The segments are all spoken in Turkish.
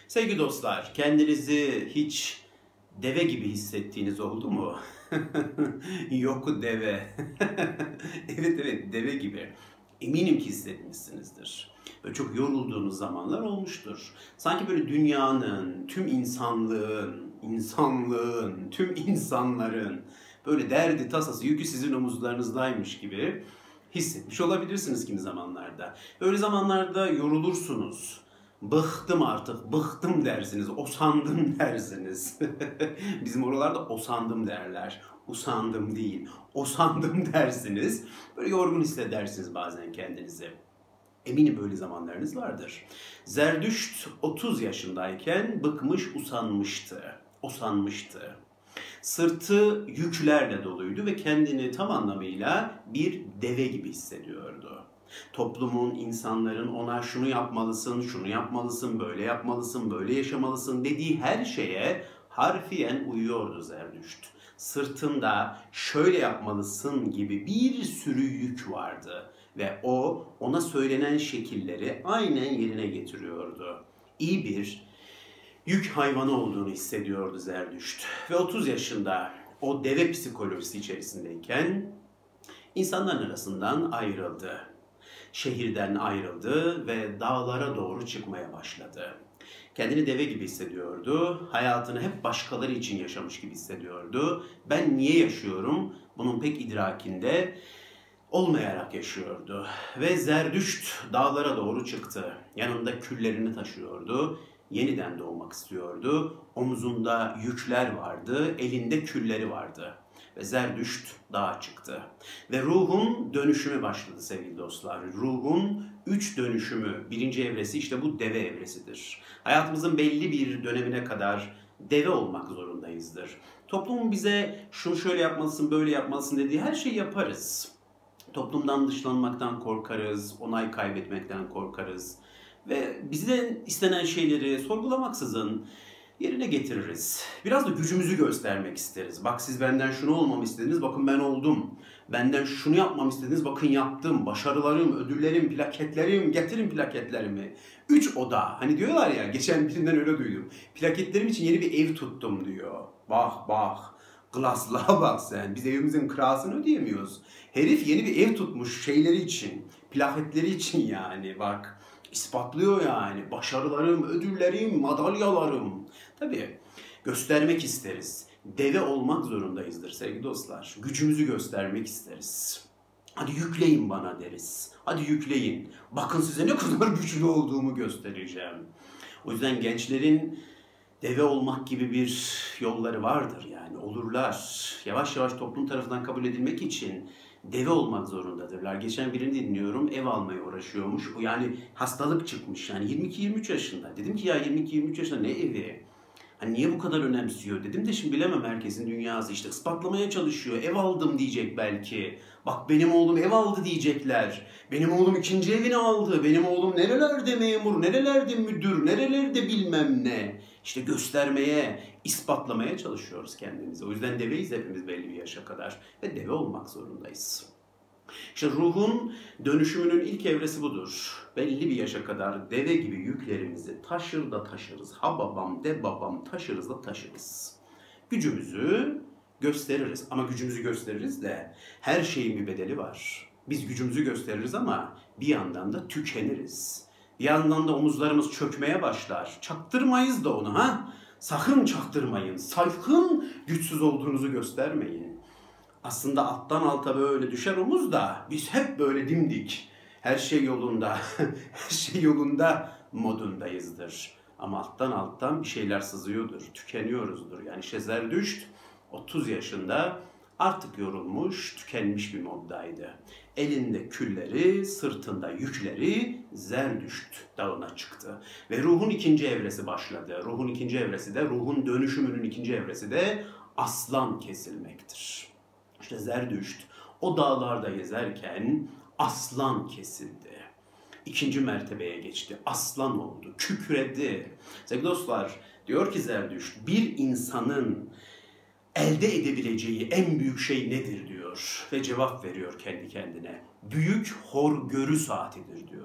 Sevgili dostlar, kendinizi hiç deve gibi hissettiğiniz oldu mu? Yok deve. Evet, deve gibi. Eminim ki hissetmişsinizdir. Böyle çok yorulduğunuz zamanlar olmuştur. Sanki böyle dünyanın, tüm insanlığın, tüm insanların böyle derdi, tasası, yükü sizin omuzlarınızdaymış gibi hissetmiş olabilirsiniz kimi zamanlarda. Böyle zamanlarda yorulursunuz. Bıktım artık, bıktım dersiniz, osandım dersiniz. Bizim oralarda osandım derler. Usandım değil, osandım dersiniz. Böyle yorgun hissedersiniz bazen kendinizi. Eminim böyle zamanlarınız vardır. Zerdüşt 30 yaşındayken bıkmış, osanmıştı. Sırtı yüklerle doluydu ve kendini tam anlamıyla bir deve gibi hissediyordu. Toplumun, insanların ona şunu yapmalısın, şunu yapmalısın, böyle yapmalısın, böyle yaşamalısın dediği her şeye harfiyen uyuyordu Zerdüşt. Sırtında şöyle yapmalısın gibi bir sürü yük vardı ve o ona söylenen şekilleri aynen yerine getiriyordu. İyi bir yük hayvanı olduğunu hissediyordu Zerdüşt. Ve 30 yaşında o deve psikolojisi içerisindeyken insanların arasından ayrıldı. Şehirden ayrıldı ve dağlara doğru çıkmaya başladı. Kendini deve gibi hissediyordu. Hayatını hep başkaları için yaşamış gibi hissediyordu. Ben niye yaşıyorum? Bunun pek idrakinde olmayarak yaşıyordu. Ve Zerdüşt dağlara doğru çıktı. Yanında küllerini taşıyordu. Yeniden doğmak istiyordu. Omuzunda yükler vardı, elinde külleri vardı. Ve Zerdüşt dağa çıktı. Ve ruhun dönüşümü başladı sevgili dostlar. Ruhun 3 dönüşümü, birinci evresi işte bu deve evresidir. Hayatımızın belli bir dönemine kadar deve olmak zorundayızdır. Toplumun bize şunu şöyle yapmalısın, böyle yapmalısın dediği her şeyi yaparız. Toplumdan dışlanmaktan korkarız, onay kaybetmekten korkarız. Ve bizden istenen şeyleri sorgulamaksızın yerine getiririz. Biraz da gücümüzü göstermek isteriz. Bak siz benden şunu olmamı istediniz, bakın ben oldum. Benden şunu yapmamı istediniz, bakın yaptım. Başarılarım, ödüllerim, plaketlerim, getirin plaketlerimi. 3 oda. Hani diyorlar ya, geçen birinden öyle duydum. Plaketlerim için yeni bir ev tuttum diyor. Bak. Klaslığa bak sen. Biz evimizin kirasını ödeyemiyoruz. Herif yeni bir ev tutmuş şeyleri için. Plaketleri için yani bak. İspatlıyor yani. Başarılarım, ödüllerim, madalyalarım. Tabii göstermek isteriz. Deve olmak zorundayızdır sevgili dostlar. Gücümüzü göstermek isteriz. Hadi yükleyin bana deriz. Hadi yükleyin. Bakın size ne kadar güçlü olduğumu göstereceğim. O yüzden gençlerin deve olmak gibi bir yolları vardır yani olurlar. Yavaş yavaş toplum tarafından kabul edilmek için deve olmak zorundadırlar. Geçen birini dinliyorum, ev almaya uğraşıyormuş. O yani hastalık çıkmış yani 22-23 yaşında. Dedim ki ya 22-23 yaşında ne evi? Hani niye bu kadar önemsiyor dedim de şimdi bilemem herkesin dünyası işte ispatlamaya çalışıyor. Ev aldım diyecek belki. Bak benim oğlum ev aldı diyecekler. Benim oğlum ikinci evini aldı. Benim oğlum nerelerde memur, nerelerde müdür, nerelerde bilmem ne. İşte göstermeye, ispatlamaya çalışıyoruz kendimizi. O yüzden deveyiz hepimiz belli bir yaşa kadar. Ve deve olmak zorundayız. İşte ruhun dönüşümünün ilk evresi budur. Belli bir yaşa kadar deve gibi yüklerimizi taşır da taşırız. Ha babam de babam taşırız da taşırız. Gücümüzü gösteririz ama gücümüzü gösteririz de her şeyin bir bedeli var. Biz gücümüzü gösteririz ama bir yandan da tükeniriz. Bir yandan da omuzlarımız çökmeye başlar. Çaktırmayız da onu ha. Sakın çaktırmayın. Sakın güçsüz olduğunuzu göstermeyin. Aslında alttan alta böyle düşer omuz da biz hep böyle dimdik. Her şey yolunda, her şey yolunda modundayızdır. Ama alttan bir şeyler sızıyordur, tükeniyoruzdur. Yani işte Zerdüşt 30 yaşında artık yorulmuş, tükenmiş bir moddaydı. Elinde külleri, sırtında yükleri Zerdüşt dağına çıktı. Ve ruhun ikinci evresi başladı. Ruhun ikinci evresi de, ruhun dönüşümünün ikinci evresi de aslan kesilmektir. İşte Zerdüşt o dağlarda gezerken aslan kesildi. İkinci mertebeye geçti. Aslan oldu. Kükredi. Sevgili dostlar diyor ki Zerdüşt bir insanın elde edebileceği en büyük şey nedir diyor. Ve cevap veriyor kendi kendine. Büyük horgörü saatidir diyor.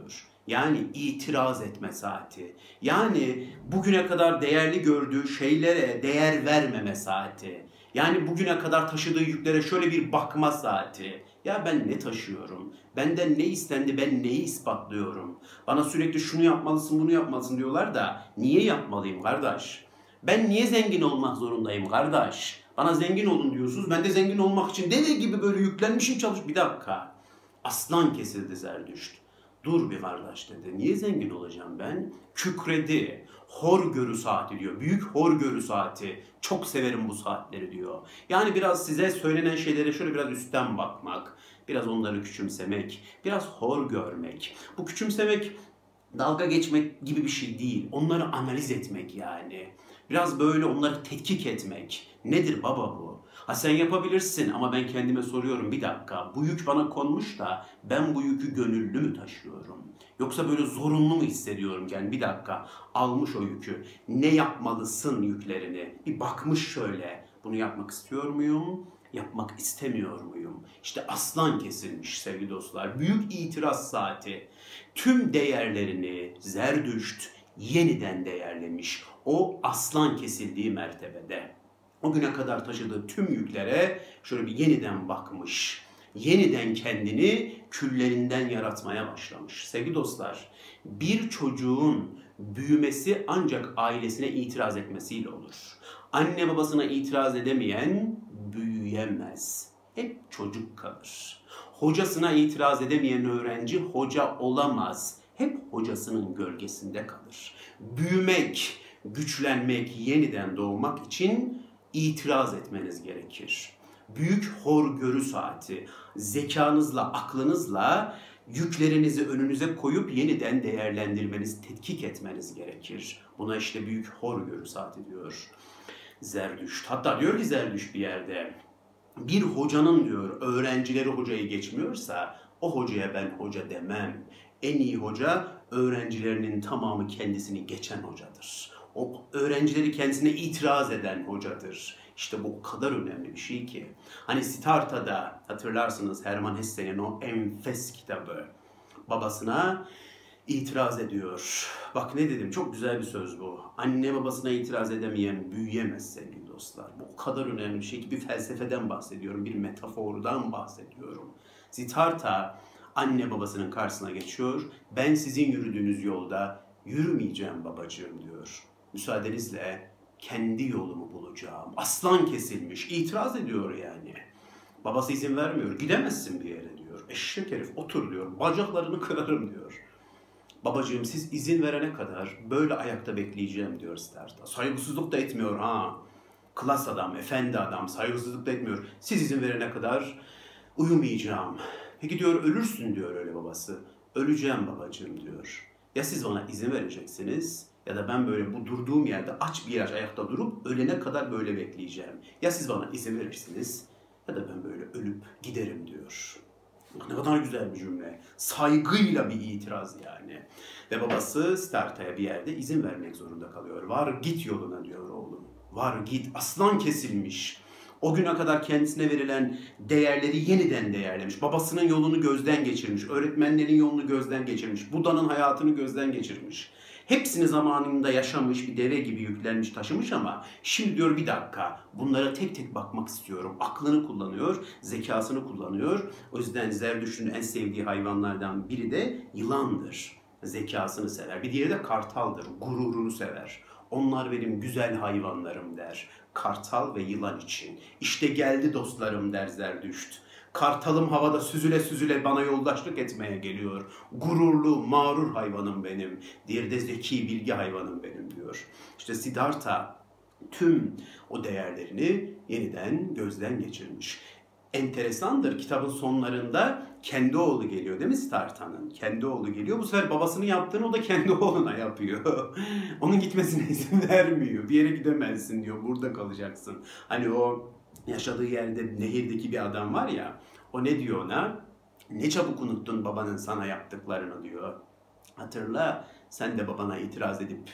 Yani itiraz etme saati. Yani bugüne kadar değerli gördüğü şeylere değer vermeme saati. Yani bugüne kadar taşıdığı yüklere şöyle bir bakma saati. Ya ben ne taşıyorum? Benden ne istendi? Ben neyi ispatlıyorum? Bana sürekli şunu yapmalısın, bunu yapmalısın diyorlar da niye yapmalıyım kardeş? Ben niye zengin olmak zorundayım kardeş? Bana zengin olun diyorsunuz. Ben de zengin olmak için deve gibi böyle yüklenmişim Bir dakika. Aslan kesildi Zerdüşt. Dur bir kardeş dedi. Niye zengin olacağım ben? Kükredi. Horgörü saati diyor. Büyük horgörü saati. Çok severim bu saatleri diyor. Yani biraz size söylenen şeylere şöyle biraz üstten bakmak. Biraz onları küçümsemek. Biraz hor görmek. Bu küçümsemek dalga geçmek gibi bir şey değil. Onları analiz etmek yani. Biraz böyle onları tetkik etmek. Nedir baba bu? Ha sen yapabilirsin ama ben kendime soruyorum bir dakika. Bu yük bana konmuş da ben bu yükü gönüllü mü taşıyorum? Yoksa böyle zorunlu mu hissediyorum? Yani bir dakika almış o yükü. Ne yapmalısın yüklerini? Bir bakmış şöyle. Bunu yapmak istiyor muyum? Yapmak istemiyor muyum? İşte aslan kesilmiş sevgili dostlar. Büyük itiraz saati. Tüm değerlerini Zerdüşt yeniden değerlemiş. O aslan kesildiği mertebede. O güne kadar taşıdığı tüm yüklere şöyle bir yeniden bakmış. Yeniden kendini küllerinden yaratmaya başlamış. Sevgili dostlar, bir çocuğun büyümesi ancak ailesine itiraz etmesiyle olur. Anne babasına itiraz edemeyen büyüyemez. Hep çocuk kalır. Hocasına itiraz edemeyen öğrenci hoca olamaz. Hep hocasının gölgesinde kalır. Büyümek, güçlenmek, yeniden doğmak için itiraz etmeniz gerekir. Büyük horgörü saati, zekanızla, aklınızla yüklerinizi önünüze koyup yeniden değerlendirmeniz, tetkik etmeniz gerekir. Buna işte büyük horgörü saati diyor Zerdüşt. Hatta diyor ki Zerdüşt bir yerde, bir hocanın diyor öğrencileri hocayı geçmiyorsa o hocaya ben hoca demem. En iyi hoca öğrencilerinin tamamı kendisini geçen hocadır. O öğrencileri kendisine itiraz eden hocadır. İşte bu o kadar önemli bir şey ki. Hani Siddhartha'da hatırlarsınız Hermann Hesse'nin o enfes kitabı. Babasına itiraz ediyor. Bak ne dedim, çok güzel bir söz bu. Anne babasına itiraz edemeyen büyüyemez sevgili dostlar. Bu o kadar önemli bir şey ki bir felsefeden bahsediyorum, bir metafordan bahsediyorum. Siddhartha anne babasının karşısına geçiyor. Ben sizin yürüdüğünüz yolda yürümeyeceğim babacığım diyor. Müsaadenizle kendi yolumu bulacağım. Aslan kesilmiş, itiraz ediyor yani. Babası izin vermiyor, gidemezsin bir yere diyor. Eşek herif otur diyor, bacaklarını kırarım diyor. Babacığım siz izin verene kadar böyle ayakta bekleyeceğim diyor Siddhartha. Saygısızlık da etmiyor ha. Klas adam, efendi adam, saygısızlık da etmiyor. Siz izin verene kadar uyumayacağım. Peki diyor ölürsün diyor öyle babası. Öleceğim babacığım diyor. Ya siz bana izin vereceksiniz ya da ben böyle bu durduğum yerde aç bir yer ayakta durup ölene kadar böyle bekleyeceğim. Ya siz bana izin verirsiniz ya da ben böyle ölüp giderim diyor. Ne kadar güzel bir cümle. Saygıyla bir itiraz yani. Ve babası Siddhartha'ya bir yerde izin vermek zorunda kalıyor. Var git yoluna diyor oğlum. Var git. Aslan kesilmiş. O güne kadar kendisine verilen değerleri yeniden değerlemiş. Babasının yolunu gözden geçirmiş. Öğretmenlerin yolunu gözden geçirmiş. Buda'nın hayatını gözden geçirmiş. Hepsini zamanında yaşamış, bir deve gibi yüklenmiş, taşımış ama şimdi diyor bir dakika bunlara tek tek bakmak istiyorum. Aklını kullanıyor, zekasını kullanıyor. O yüzden Zerdüşt'ün en sevdiği hayvanlardan biri de yılandır. Zekasını sever. Bir diğeri de kartaldır, gururunu sever. Onlar benim güzel hayvanlarım der. Kartal ve yılan için. İşte geldi dostlarım der Zerdüşt. Kartalım havada süzüle süzüle bana yoldaşlık etmeye geliyor. Gururlu, mağrur hayvanım benim. Diğeri de zeki, bilgi hayvanım benim diyor. İşte Siddhartha tüm o değerlerini yeniden gözden geçirmiş. Enteresandır, kitabın sonlarında kendi oğlu geliyor değil mi Siddhartha'nın? Kendi oğlu geliyor. Bu sefer babasının yaptığını o da kendi oğluna yapıyor. Onun gitmesine izin vermiyor. Bir yere gidemezsin diyor. Burada kalacaksın. Hani o yaşadığı yerde nehirdeki bir adam var ya. O ne diyor ona? Ne çabuk unuttun babanın sana yaptıklarını diyor. Hatırla sen de babana itiraz edip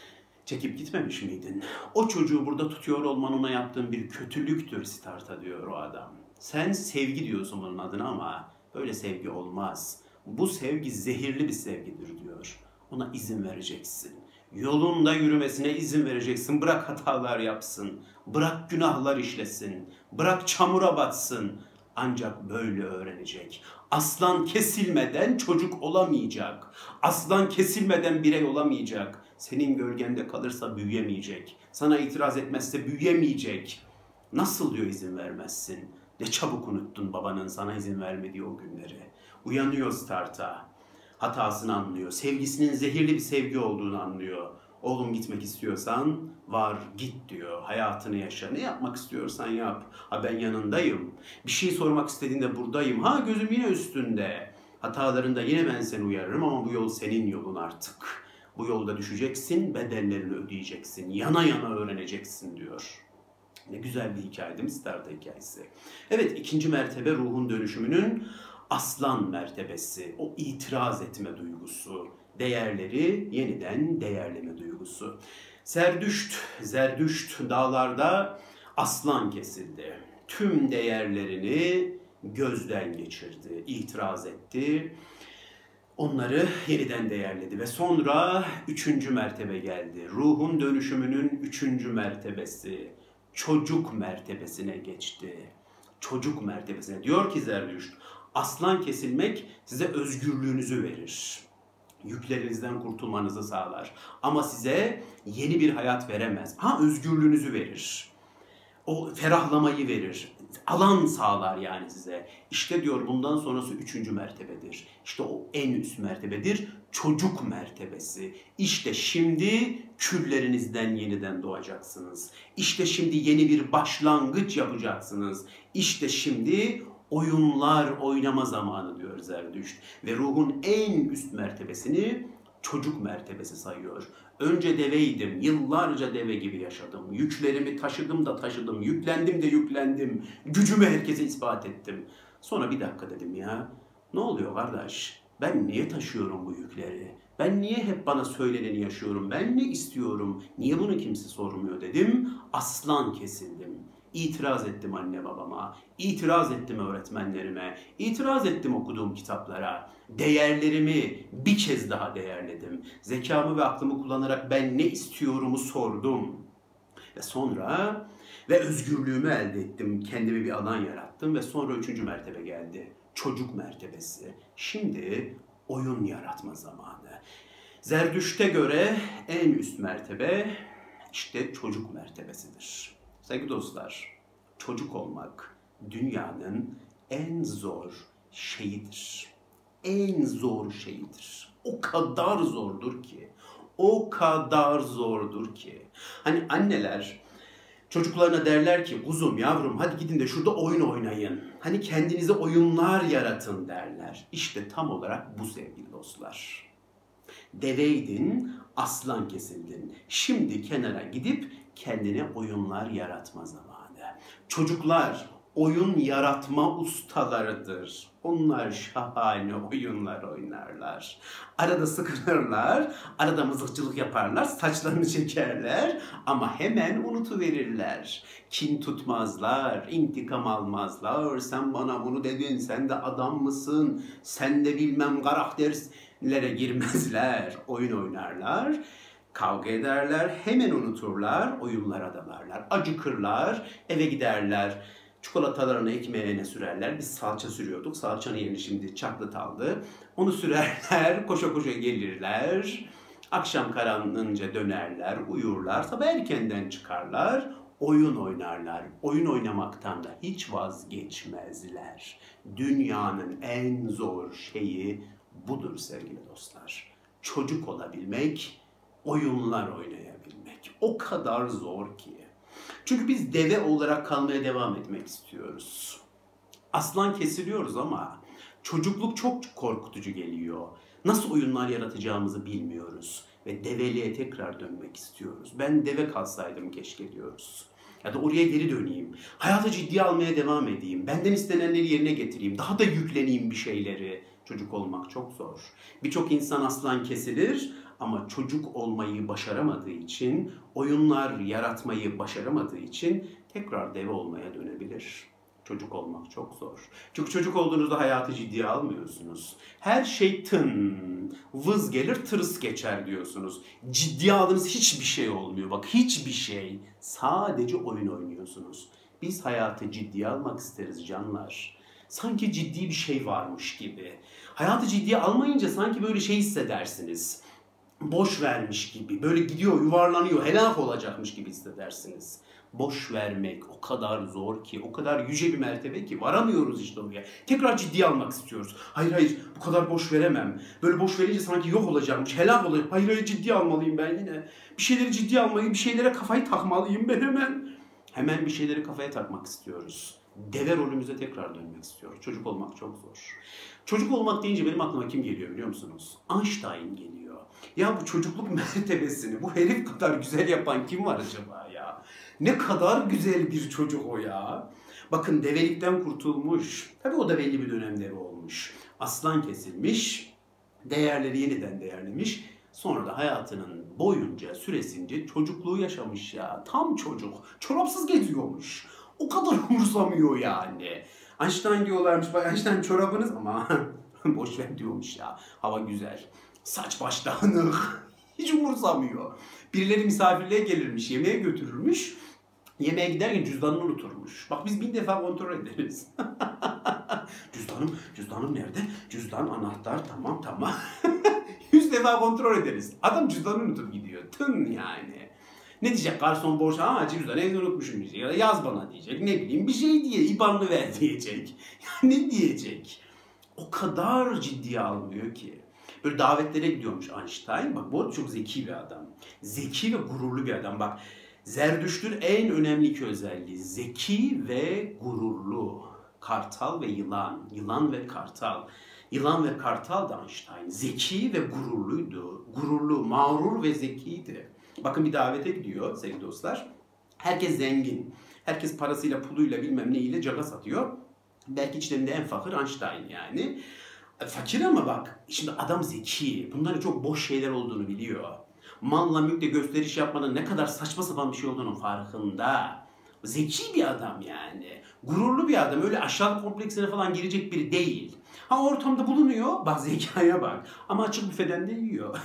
çekip gitmemiş miydin? O çocuğu burada tutuyor olman ona yaptığın bir kötülüktür Siddhartha diyor o adam. Sen sevgi diyorsun bunun adına ama böyle sevgi olmaz. Bu sevgi zehirli bir sevgidir diyor. Ona izin vereceksin. Yolunda yürümesine izin vereceksin. Bırak hatalar yapsın. Bırak günahlar işlesin. Bırak çamura batsın. Ancak böyle öğrenecek. Aslan kesilmeden çocuk olamayacak. Aslan kesilmeden birey olamayacak. Senin gölgende kalırsa büyüyemeyecek. Sana itiraz etmezse büyüyemeyecek. Nasıl diyor izin vermezsin? Ne çabuk unuttun babanın sana izin vermediği o günleri. Uyanıyor starta. Hatasını anlıyor. Sevgisinin zehirli bir sevgi olduğunu anlıyor. Oğlum gitmek istiyorsan var git diyor. Hayatını yaşa. Ne yapmak istiyorsan yap. Ha ben yanındayım. Bir şey sormak istediğinde buradayım. Ha gözüm yine üstünde. Hatalarında yine ben seni uyarırım ama bu yol senin yolun artık. Bu yolda düşeceksin, bedellerini ödeyeceksin. Yana yana öğreneceksin diyor. Ne güzel bir hikaye değil mi Star'da hikayesi? Evet, ikinci mertebe ruhun dönüşümünün aslan mertebesi. O itiraz etme duygusu. Değerleri yeniden değerleme duygusu. Zerdüşt dağlarda aslan kesildi. Tüm değerlerini gözden geçirdi, itiraz etti. Onları yeniden değerledi ve sonra üçüncü mertebe geldi. Ruhun dönüşümünün üçüncü mertebesi. Çocuk mertebesine geçti. Çocuk mertebesine. Diyor ki Zerdüşt, aslan kesilmek size özgürlüğünüzü verir. Yüklerinizden kurtulmanızı sağlar. Ama size yeni bir hayat veremez. Ha, özgürlüğünüzü verir. O ferahlamayı verir. Alan sağlar yani size. İşte diyor bundan sonrası üçüncü mertebedir. İşte o en üst mertebedir. Çocuk mertebesi. İşte şimdi küllerinizden yeniden doğacaksınız. İşte şimdi yeni bir başlangıç yapacaksınız. İşte şimdi oyunlar oynama zamanı diyor Zerdüşt. Ve ruhun en üst mertebesini çocuk mertebesi sayıyor. Önce deveydim, yıllarca deve gibi yaşadım. Yüklerimi taşıdım da taşıdım, yüklendim de yüklendim. Gücümü herkese ispat ettim. Sonra bir dakika dedim ya, ne oluyor kardeş? Ben niye taşıyorum bu yükleri? Ben niye hep bana söyleneni yaşıyorum? Ben ne istiyorum? Niye bunu kimse sormuyor dedim. Aslan kesildim. İtiraz ettim anne babama, itiraz ettim öğretmenlerime, itiraz ettim okuduğum kitaplara. Değerlerimi bir kez daha değerledim. Zekamı ve aklımı kullanarak ben ne istiyorumu sordum. Ve sonra özgürlüğümü elde ettim. Kendime bir alan yarattım ve sonra üçüncü mertebe geldi. Çocuk mertebesi. Şimdi oyun yaratma zamanı. Zerdüşt'e göre en üst mertebe işte çocuk mertebesidir. Sevgili dostlar, çocuk olmak dünyanın en zor şeyidir. En zor şeyidir. O kadar zordur ki. O kadar zordur ki. Hani anneler çocuklarına derler ki kuzum yavrum hadi gidin de şurada oyun oynayın. Hani kendinize oyunlar yaratın derler. İşte tam olarak bu sevgili dostlar. Deveydin, aslan kesildin. Şimdi kenara gidip kendine oyunlar yaratma zamanı. Çocuklar oyun yaratma ustalarıdır. Onlar şahane oyunlar oynarlar. Arada sıkılırlar, arada mızıkçılık yaparlar, saçlarını çekerler ama hemen unutuverirler. Kin tutmazlar, intikam almazlar. Sen bana bunu dedin, sen de adam mısın? Sen de bilmem karakterlere girmezler. Oyun oynarlar. Kavga ederler, hemen unuturlar, oyunlara dalarlar, acıkırlar, eve giderler, çikolatalarını ekmeğine sürerler. Biz salça sürüyorduk, salçanın yerini şimdi çaklıt aldı. Onu sürerler, koşa koşa gelirler, akşam karanlığınca dönerler, uyurlar, sabah erkenden çıkarlar, oyun oynarlar. Oyun oynamaktan da hiç vazgeçmezler. Dünyanın en zor şeyi budur sevgili dostlar. Çocuk olabilmek, oyunlar oynayabilmek. O kadar zor ki. Çünkü biz deve olarak kalmaya devam etmek istiyoruz. Aslan kesiliyoruz ama çocukluk çok korkutucu geliyor. Nasıl oyunlar yaratacağımızı bilmiyoruz. Ve develiğe tekrar dönmek istiyoruz. Ben deve kalsaydım keşke diyoruz. Ya da oraya geri döneyim. Hayatı ciddiye almaya devam edeyim. Benden istenenleri yerine getireyim. Daha da yükleneyim bir şeyleri. Çocuk olmak çok zor. Birçok insan aslan kesilir ama çocuk olmayı başaramadığı için, oyunlar yaratmayı başaramadığı için tekrar deve olmaya dönebilir. Çocuk olmak çok zor. Çünkü çocuk olduğunuzda hayatı ciddiye almıyorsunuz. Her şey vız gelir tırıs geçer diyorsunuz. Ciddiye aldığınız hiçbir şey olmuyor. Bak hiçbir şey. Sadece oyun oynuyorsunuz. Biz hayatı ciddiye almak isteriz canlar. Sanki ciddi bir şey varmış gibi. Hayatı ciddiye almayınca sanki böyle şey hissedersiniz. Boş vermiş gibi, böyle gidiyor, yuvarlanıyor, helak olacakmış gibi hissedersiniz. Boş vermek o kadar zor ki, o kadar yüce bir mertebe ki varamıyoruz işte oraya. Tekrar ciddiye almak istiyoruz. Hayır hayır, bu kadar boş veremem. Böyle boş verince sanki yok olacakmış, helak olacak. Hayır hayır, ciddiye almalıyım ben yine. Bir şeyleri ciddiye almalıyım, bir şeylere kafayı takmalıyım ben hemen. Hemen bir şeyleri kafaya takmak istiyoruz. Deve rolümüze tekrar dönmek istiyoruz. Çocuk olmak çok zor. Çocuk olmak deyince benim aklıma kim geliyor biliyor musunuz? Einstein geliyor. Ya bu çocukluk mertebesini bu herif kadar güzel yapan kim var acaba ya? Ne kadar güzel bir çocuk o ya. Bakın develikten kurtulmuş. Tabii o da belli bir dönem deve olmuş. Aslan kesilmiş. Değerleri yeniden değerlemiş. Sonra da hayatının boyunca, süresince çocukluğu yaşamış ya. Tam çocuk. Çorapsız geziyormuş. O kadar umursamıyor yani. Einstein diyorlarmış. Bak Einstein çorabınız ama boş ver diyormuş ya. Hava güzel. Saç baş dağınık. Hiç umursamıyor. Birileri misafirliğe gelirmiş, yemeğe götürürmüş. Yemeğe giderken cüzdanını unuturmuş. Bak biz 1000 defa kontrol ederiz. Cüzdanım nerede? Cüzdan, anahtar, tamam. 100 defa kontrol ederiz. Adam cüzdanını unutup gidiyor. Tın yani. Ne diyecek garson borç? Aa cüzdanı evde unutmuşum diyecek. Ya da yaz bana diyecek. Ne bileyim bir şey diye IBAN'ını ver diyecek. Ya ne diyecek? O kadar ciddiye almıyor ki. Böyle davetlere gidiyormuş Einstein. Bak bu arada çok zeki bir adam. Zeki ve gururlu bir adam. Bak Zerdüşt'ün en önemli iki özelliği. Zeki ve gururlu. Kartal ve yılan. Yılan ve kartal. Yılan ve kartal da Einstein. Zeki ve gururluydu. Gururlu, mağrur ve zekiydi. Bakın bir davete gidiyor sevgili dostlar. Herkes zengin. Herkes parasıyla, puluyla, bilmem neyle caga satıyor. Belki içlerinde en fakir Einstein yani. Fakir ama bak, şimdi adam zeki. Bunların çok boş şeyler olduğunu biliyor. Malla mülkle gösteriş yapmanın ne kadar saçma sapan bir şey olduğunun farkında. Zeki bir adam yani. Gururlu bir adam. Öyle aşağılık kompleksine falan girecek biri değil. Ha ortamda bulunuyor. Bak zekaya bak. Ama açık büfeden de yiyor.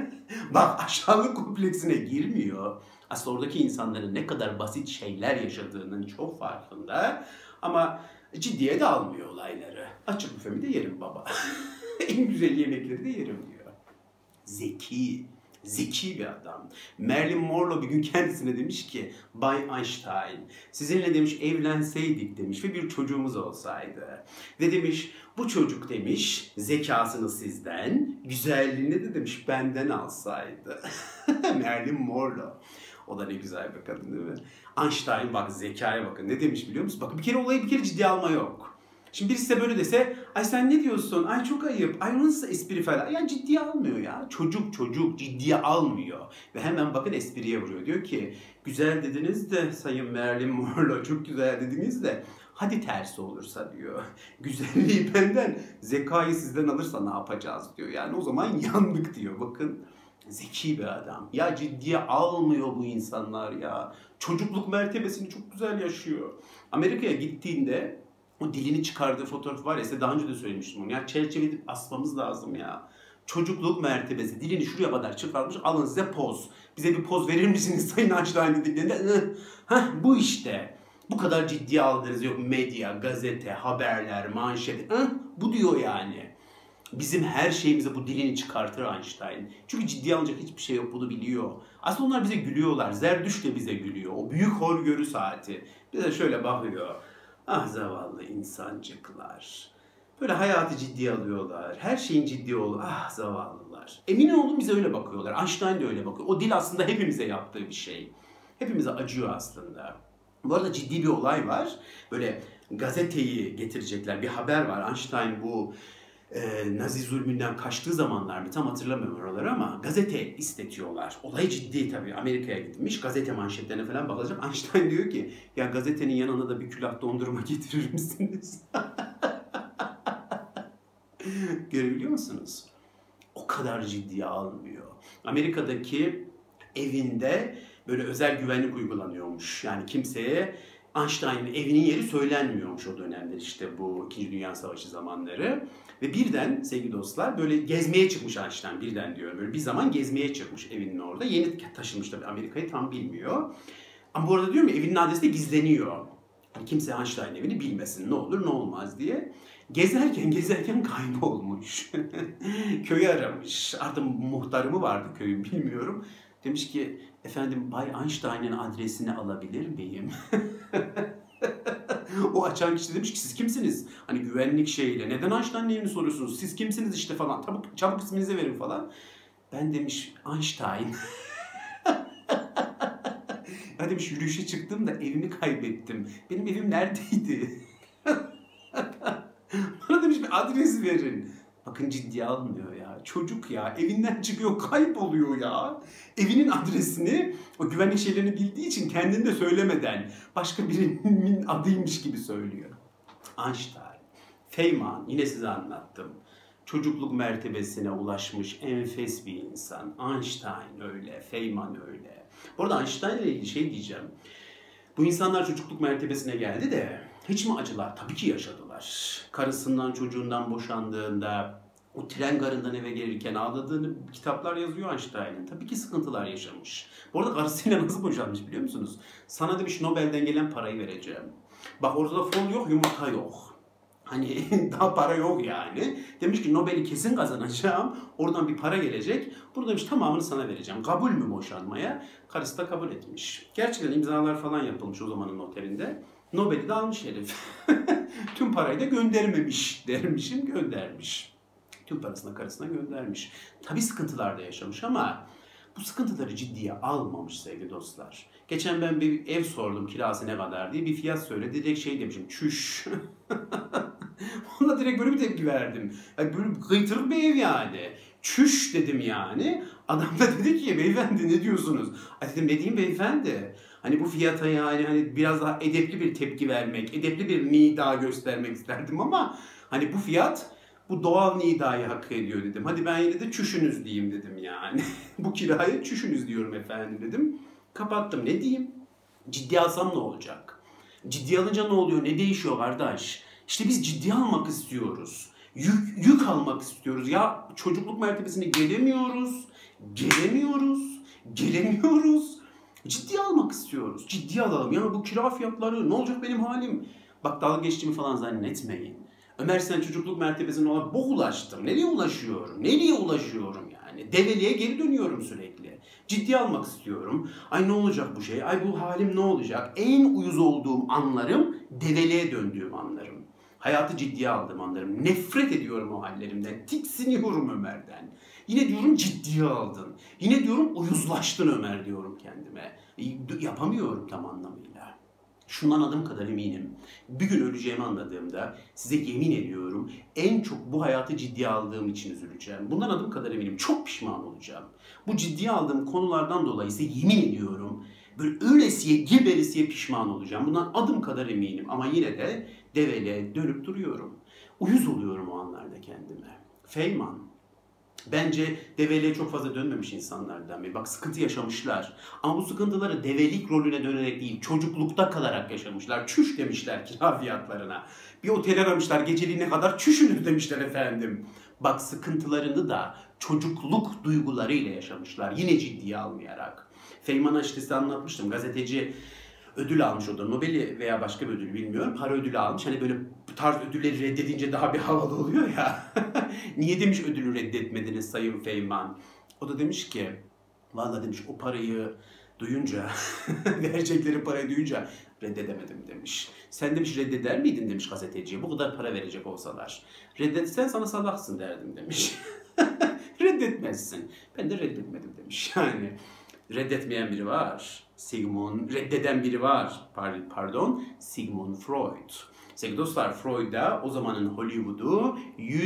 Bak aşağılık kompleksine girmiyor. Aslında oradaki insanların ne kadar basit şeyler yaşadığının çok farkında. Ama ciddiye de almıyor olayları. Açık büfemi de yerim baba. En güzel yemekleri de yerim diyor. Zeki. Zeki bir adam. Marilyn Monroe bir gün kendisine demiş ki Bay Einstein sizinle demiş evlenseydik demiş ve bir çocuğumuz olsaydı. Ve demiş bu çocuk demiş zekasını sizden, güzelliğini de demiş benden alsaydı. Marilyn Monroe. O da ne güzel bir kadın değil mi? Einstein bak zekaya bakın ne demiş biliyor musun? Bakın bir kere olayı bir kere ciddiye alma yok. Şimdi birisi de böyle dese, ay sen ne diyorsun, ay çok ayıp, ay nasıl espri falan. Ya ciddiye almıyor ya. Çocuk ciddiye almıyor. Ve hemen bakın espriye vuruyor. Diyor ki, güzel dediniz de Sayın Marilyn Monroe çok güzel dediniz de hadi tersi olursa diyor. Güzelliği benden, zekayı sizden alırsa ne yapacağız diyor. Yani o zaman yandık diyor. Bakın zeki bir adam. Ya ciddiye almıyor bu insanlar ya. Çocukluk mertebesini çok güzel yaşıyor. Amerika'ya gittiğinde o dilini çıkardığı fotoğraf var ya, size daha önce de söylemiştim onu. Ya çerçeveleyip asmamız lazım ya. Çocukluk mertebesi. Dilini şuraya kadar çıkarmış. Alın size poz. Bize bir poz verir misiniz Sayın Einstein dediklerinde? Bu işte. Bu kadar ciddiye aldığınız yok. Medya, gazete, haberler, manşet. Bu diyor yani. Bizim her şeyimize bu dilini çıkartır Einstein. Çünkü ciddiye alınacak hiçbir şey yok, bunu biliyor. Aslında onlar bize gülüyorlar. Zerdüşt de bize gülüyor. O büyük hoşgörü saati. Bize şöyle bakıyor. Ah zavallı insancıklar. Böyle hayatı ciddiye alıyorlar. Her şeyin ciddi ol. Ah zavallılar. Emin olun bize öyle bakıyorlar. Einstein de öyle bakıyor. O dil aslında hepimize yaptığı bir şey. Hepimize acıyor aslında. Bu arada ciddi bir olay var. Böyle gazeteyi getirecekler. Bir haber var. Einstein bu Nazi zulmünden kaçtığı zamanlar mı tam hatırlamıyorum oraları ama gazete istetiyorlar. Olay ciddi tabii. Amerika'ya gitmiş. Gazete manşetlerine falan bakacak. Einstein diyor ki ya gazetenin yanına da bir külah dondurma getirir misiniz? Görebiliyor musunuz? O kadar ciddiye almıyor. Amerika'daki evinde böyle özel güvenlik uygulanıyormuş. Yani kimseye Einstein'ın evinin yeri söylenmiyormuş o dönemler, işte bu İkinci Dünya Savaşı zamanları. Ve birden sevgili dostlar böyle gezmeye çıkmış Einstein, birden diyorum. Böyle bir zaman gezmeye çıkmış evinin orada. Yeni taşınmış tabii, Amerika'yı tam bilmiyor. Ama bu arada diyorum ya, evinin adresi de gizleniyor. Yani kimse Einstein'ın evini bilmesin, ne olur ne olmaz diye. Gezerken kaybolmuş. Köyü aramış. Artık muhtarı mı vardı köyün, bilmiyorum. Demiş ki, efendim Bay Einstein'ın adresini alabilir miyim? O açan kişi demiş ki, siz kimsiniz? Hani güvenlik şeyiyle, neden Einstein'ın evini soruyorsunuz? Siz kimsiniz işte falan. Çabuk isminizi verin falan. Ben demiş Einstein. Ya demiş, yürüyüşe çıktım da evimi kaybettim. Benim evim neredeydi? Bana demiş bir adres verin. Bakın ciddiye almıyor ya. Çocuk ya, evinden çıkıyor, kayboluyor ya. Evinin adresini o güvenlik şeylerini bildiği için kendini de söylemeden başka birinin adıymış gibi söylüyor. Einstein, Feynman, yine size anlattım. Çocukluk mertebesine ulaşmış enfes bir insan. Einstein öyle, Feynman öyle. Bu arada Einstein ile ilgili şey diyeceğim. Bu insanlar çocukluk mertebesine geldi de hiç mi acılar? Tabii ki yaşadılar. Karısından, çocuğundan boşandığında, o tren garından eve gelirken ağladığını kitaplar yazıyor Einstein'ın. Tabii ki sıkıntılar yaşamış. Bu arada karısıyla nasıl boşanmış biliyor musunuz? Sana demiş, Nobel'den gelen parayı vereceğim. Bak ortada fol yok, yumurta yok. Hani daha para yok yani. Demiş ki Nobel'i kesin kazanacağım. Oradan bir para gelecek. Burada demiş tamamını sana vereceğim. Kabul mü boşanmaya? Karısı da kabul etmiş. Gerçekten imzalar falan yapılmış o zamanın noterinde. Nobel'i de almış herif. Tüm parayı da göndermemiş dermişim, göndermiş. Tüm parasını karısına göndermiş. Tabii sıkıntılar da yaşamış ama bu sıkıntıları ciddiye almamış sevgili dostlar. Geçen ben bir ev sordum, kirası ne kadar diye, bir fiyat söyledi. Direkt şey demişim, çüş. Ona direkt böyle bir tepki verdim. Yani böyle kıytırık bir ev yani. Çüş dedim yani. Adam da dedi ki, beyefendi ne diyorsunuz? Ay dedim, ne diyeyim beyefendi? Hani bu fiyata yani hani biraz daha edepli bir tepki vermek, edepli bir nida göstermek isterdim ama hani bu fiyat bu doğal nidayı hak ediyor dedim. Hadi ben yine de çüşünüz diyeyim dedim yani. Bu kiraya çüşünüz diyorum efendim dedim. Kapattım. Ne diyeyim? Ciddiye alsam ne olacak? Ciddiye alınca ne oluyor? Ne değişiyor kardeş? İşte biz ciddiye almak istiyoruz. Yük almak istiyoruz. Ya çocukluk mertebesine gelemiyoruz. Gelemiyoruz. Ciddiye almak istiyoruz. Ciddiye alalım. Ya bu kira fiyatları, ne olacak benim halim? Bak dalga geçtiğimi falan zannetmeyin. Ömer sen çocukluk mertebesine olan bok ulaştım. Nereye ulaşıyorum yani? Develiğe geri dönüyorum sürekli. Ciddiye almak istiyorum. Ay ne olacak bu şey? Ay bu halim ne olacak? En uyuz olduğum anlarım develiğe döndüğüm anlarım. Hayatı ciddiye aldığım anlarım. Nefret ediyorum o hallerimden. Tiksiniyorum Ömer'den. Yine diyorum ciddiye aldın. Yine diyorum uyuzlaştın Ömer diyorum kendime. Yapamıyorum tam anlamıyla. Şundan adım kadar eminim. Bir gün öleceğimi anladığımda size yemin ediyorum en çok bu hayatı ciddiye aldığım için üzüleceğim. Bundan adım kadar eminim. Çok pişman olacağım. Bu ciddiye aldığım konulardan dolayı size yemin ediyorum böyle öylesiye geberesiye pişman olacağım. Bundan adım kadar eminim ama yine de devele dönüp duruyorum. Uyuz oluyorum o anlarda kendime. Feynman. Bence develiğe çok fazla dönmemiş insanlardan biri. Bak sıkıntı yaşamışlar. Ama bu sıkıntıları develik rolüne dönerek değil, çocuklukta kalarak yaşamışlar. Çüş demişler kira fiyatlarına. Bir otel aramışlar, geceliğine kadar çüşünüz demişler efendim. Bak sıkıntılarını da çocukluk duygularıyla yaşamışlar. Yine ciddiye almayarak. Feynman'a işte size anlatmıştım. Gazeteci ödül almış o da. Nobel'i veya başka bir ödül bilmiyorum. Para ödülü almış. Hani böyle bu tarz ödülleri reddedince daha bir havalı oluyor ya. Niye demiş ödülü reddetmediniz Sayın Feynman? O da demiş ki, vallahi demiş o parayı duyunca, verecekleri parayı duyunca reddedemedim demiş. Sen demiş reddeder miydin demiş gazeteciye, bu kadar para verecek olsalar. Reddetsen sana salaksın derdim demiş. Reddetmezsin. Ben de reddetmedim demiş yani. Reddetmeyen biri var. Reddeden biri var. Pardon. Sigmund Freud. Sevgili dostlar, Freud'a o zamanın Hollywood'u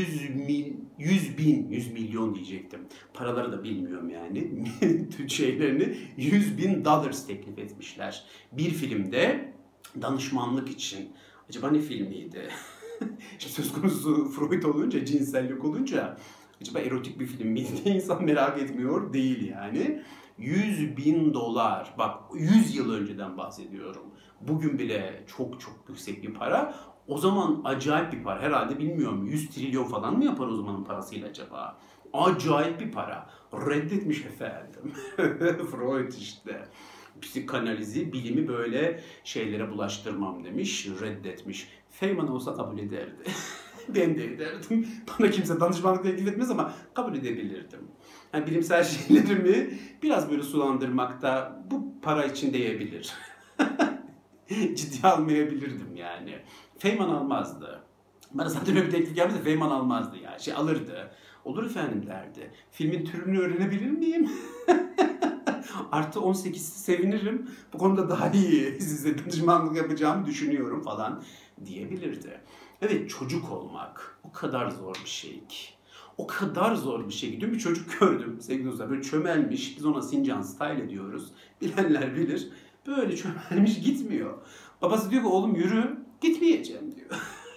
100 milyon diyecektim. Paraları da bilmiyorum yani. Şeylerini 100.000 dollars teklif etmişler. Bir filmde danışmanlık için. Acaba ne filmiydi? Şimdi söz konusu Freud olunca, cinsellik olunca acaba erotik bir film miydi diye insan merak etmiyor değil yani. $100.000. Bak 100 yıl önceden bahsediyorum. Bugün bile çok çok yüksek bir para. O zaman acayip bir para. Herhalde bilmiyorum 100 trilyon falan mı yapar o zamanın parasıyla acaba? Acayip bir para. Reddetmiş efendim. Freud işte. Psikanalizi, bilimi böyle şeylere bulaştırmam demiş, reddetmiş. Feynman olsa kabul ederdi. Ben de ederdim. Bana kimse danışmanlık teklif etmez ama kabul edebilirdim. Yani bilimsel şeylerimi biraz böyle sulandırmakta bu para için değebilir. Ciddiye almayabilirdim yani. Feynman almazdı. Bana zaten öyle bir teklif gelmezse Feynman almazdı yani. Alırdı. Olur efendim derdi. Filmin türünü öğrenebilir miyim? Artı 18'si sevinirim. Bu konuda daha iyi size danışmanlık yapacağımı düşünüyorum falan diyebilirdi. Evet, çocuk olmak o kadar zor bir şey ki. O kadar zor bir şey ki. Dün bir çocuk gördüm sevgili dostlar. Böyle çömelmiş. Biz ona Sincan Style diyoruz. Bilenler bilir. Böyle çömelmiş gitmiyor. Babası diyor ki oğlum yürü. Gitmeyeceğim diyor.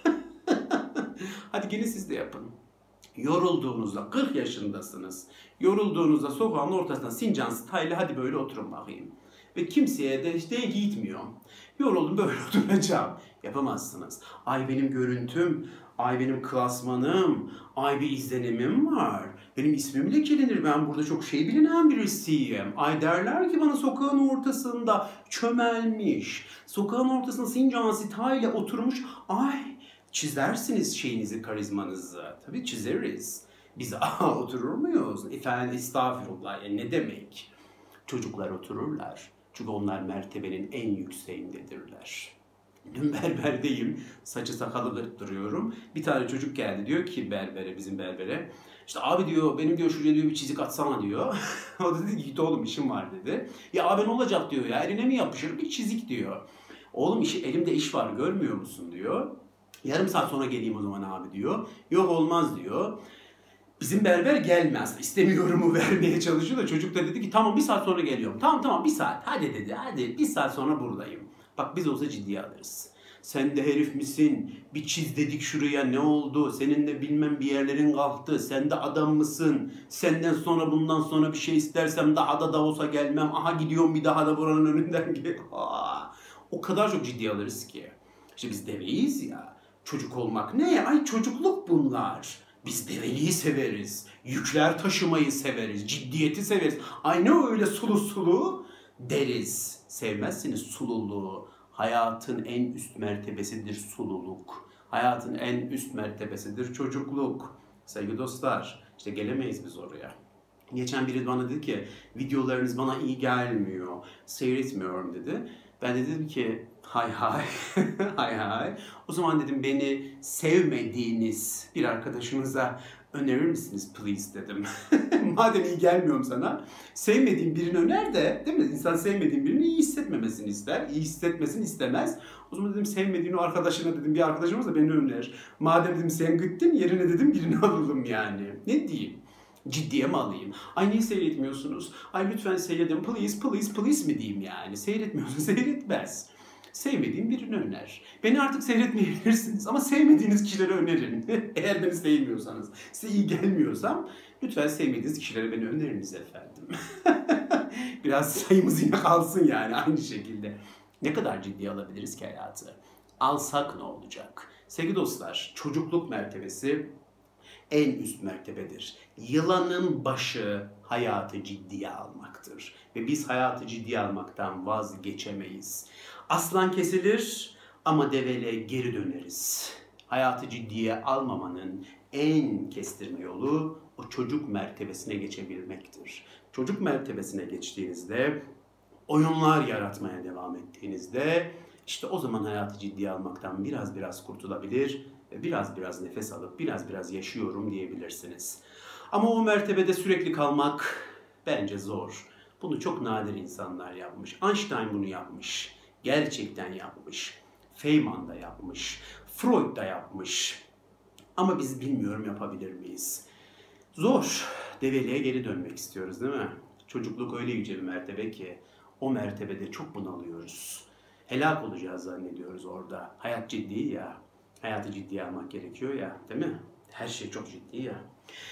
Hadi gelin siz de yapın. Yorulduğunuzda 40 yaşındasınız. Yorulduğunuzda sokağın ortasında Sincan Style hadi böyle oturun bakayım. Ve kimseye de işte gitmiyor. Yoruldum böyle oturacağım. Yapamazsınız. Ay benim görüntüm, ay benim klasmanım, ay bir izlenimim var. Benim ismim lekelenir. Ben burada çok şey bilinen birisiyim. Ay derler ki bana sokağın ortasında çömelmiş. Sokağın ortasında Sincan Style oturmuş. Ay çizersiniz şeyinizi, karizmanızı. Tabii çizeriz. Biz oturur muyuz? Efendim estağfurullah. Ne demek? Çocuklar otururlar. Çünkü onlar mertebenin en yükseğindedirler. Dün berberdeyim. Saçı sakalı kırptırıyorum. Bir tane çocuk geldi diyor ki berbere, bizim berbere. İşte abi diyor benim diyor şuraya diyor bir çizik atsana diyor. O da dedi ki git oğlum işim var dedi. Ya abi ne olacak diyor ya eline mi yapışır bir çizik diyor. Oğlum elimde iş var görmüyor musun diyor. Yarım saat sonra geleyim o zaman abi diyor. Yok olmaz diyor. Bizim berber gelmez. İstemiyorumu vermeye çalışıyor da çocuk da dedi ki tamam bir saat sonra geliyorum. Tamam bir saat. Hadi dedi hadi bir saat sonra buradayım. Bak biz olsa ciddiye alırız. Sen de herif misin? Bir çiz dedik şuraya ne oldu? Senin de bilmem bir yerlerin kalktı. Sen de adam mısın? Senden sonra bundan sonra bir şey istersem daha da Davos'a gelmem. Aha gidiyorum bir daha da buranın önünden gel. O kadar çok ciddiye alırız ki. İşte biz deveyiz ya. Çocuk olmak ne? Ay çocukluk bunlar. Biz develiği severiz. Yükler taşımayı severiz. Ciddiyeti severiz. Ay ne öyle sulu sulu deriz. Sevmezsiniz sululuğu. Hayatın en üst mertebesidir sululuk. Hayatın en üst mertebesidir çocukluk. Sevgili dostlar, işte gelemeyiz biz oraya. Geçen biri bana dedi ki videolarınız bana iyi gelmiyor, seyretmiyorum dedi. Ben de dedim ki hay hay, hay hay. O zaman dedim beni sevmediğiniz bir arkadaşınıza önerir misiniz please dedim. Madem iyi gelmiyorum sana, sevmediğin birini öner de değil mi? İnsan sevmediğin birini iyi hissetmemesini ister, iyi hissetmesini istemez. O zaman dedim sevmediğin o arkadaşına dedim bir arkadaşım da beni öner. Madem dedim sen gittin yerine dedim birini alalım yani. Ne diyeyim? Ciddiye mi alayım? Ay niye seyretmiyorsunuz? Ay lütfen seyredin. Please, please, please mi diyeyim yani? Seyretmiyorsun, seyretmez. Sevmediğim birini öner. Beni artık seyretmeyebilirsiniz ama sevmediğiniz kişileri önerin. Eğer beni sevmiyorsanız, size iyi gelmiyorsam lütfen sevmediğiniz kişilere beni öneriniz efendim. Biraz sayımız yine kalsın yani aynı şekilde. Ne kadar ciddiye alabiliriz ki hayatı? Alsak ne olacak? Sevgili dostlar, çocukluk mertebesi en üst mertebedir. Yılanın başı hayatı ciddiye almaktır. Ve biz hayatı ciddiye almaktan vazgeçemeyiz. Aslan kesilir ama devele geri döneriz. Hayatı ciddiye almamanın en kestirme yolu o çocuk mertebesine geçebilmektir. Çocuk mertebesine geçtiğinizde, oyunlar yaratmaya devam ettiğinizde işte o zaman hayatı ciddiye almaktan biraz kurtulabilir ve biraz nefes alıp biraz yaşıyorum diyebilirsiniz. Ama o mertebede sürekli kalmak bence zor. Bunu çok nadir insanlar yapmış. Einstein bunu yapmış. Gerçekten yapmış. Feynman da yapmış. Freud da yapmış. Ama biz bilmiyorum yapabilir miyiz? Zor. Develiğe geri dönmek istiyoruz değil mi? Çocukluk öyle yüce bir mertebe ki o mertebede çok bunalıyoruz. Helak olacağız zannediyoruz orada. Hayat ciddi ya. Hayatı ciddiye almak gerekiyor ya, değil mi? Her şey çok ciddi ya.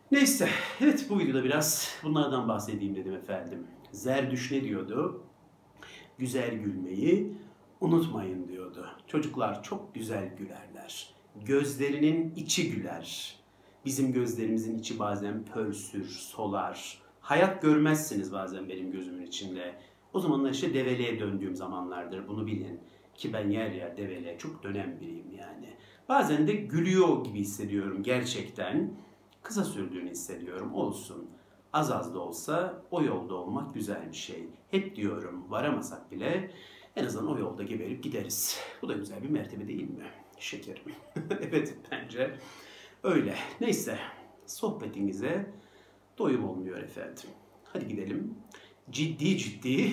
Neyse, evet bu videoda biraz bunlardan bahsedeyim dedim efendim. Zerdüş ne diyordu? Güzel gülmeyi unutmayın diyordu. Çocuklar çok güzel gülerler. Gözlerinin içi güler. Bizim gözlerimizin içi bazen pörsür, solar. Hayat görmezsiniz bazen benim gözümün içinde. O zamanlar işte develiğe döndüğüm zamanlardır, bunu bilin. Ki ben yer yer develiğe çok dönen biriyim yani. Bazen de gülüyor gibi hissediyorum gerçekten. Kısa sürdüğünü hissediyorum, olsun. Az az da olsa o yolda olmak güzel bir şey. Hep diyorum, varamasak bile en azından o yolda geberip gideriz. Bu da güzel bir mertebe değil mi? Şekerim. Evet, bence öyle. Neyse, sohbetinize doyum olmuyor efendim. Hadi gidelim. Ciddi ciddi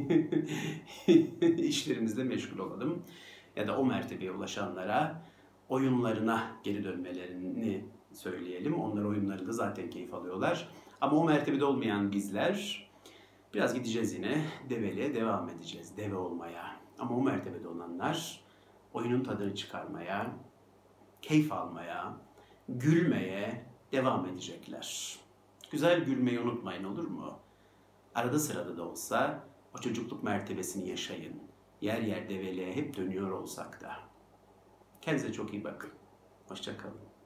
işlerimizle meşgul olalım. Ya da o mertebeye ulaşanlara oyunlarına geri dönmelerini söyleyelim. Onlar oyunlarında zaten keyif alıyorlar. Ama o mertebede olmayan bizler biraz gideceğiz yine. Develiğe devam edeceğiz. Deve olmaya. Ama o mertebede olanlar oyunun tadını çıkarmaya, keyif almaya, gülmeye devam edecekler. Güzel gülmeyi unutmayın, olur mu? Arada sırada da olsa o çocukluk mertebesini yaşayın. Yer yer develiğe hep dönüyor olsak da. Kendinize çok iyi bakın. Hoşça kalın.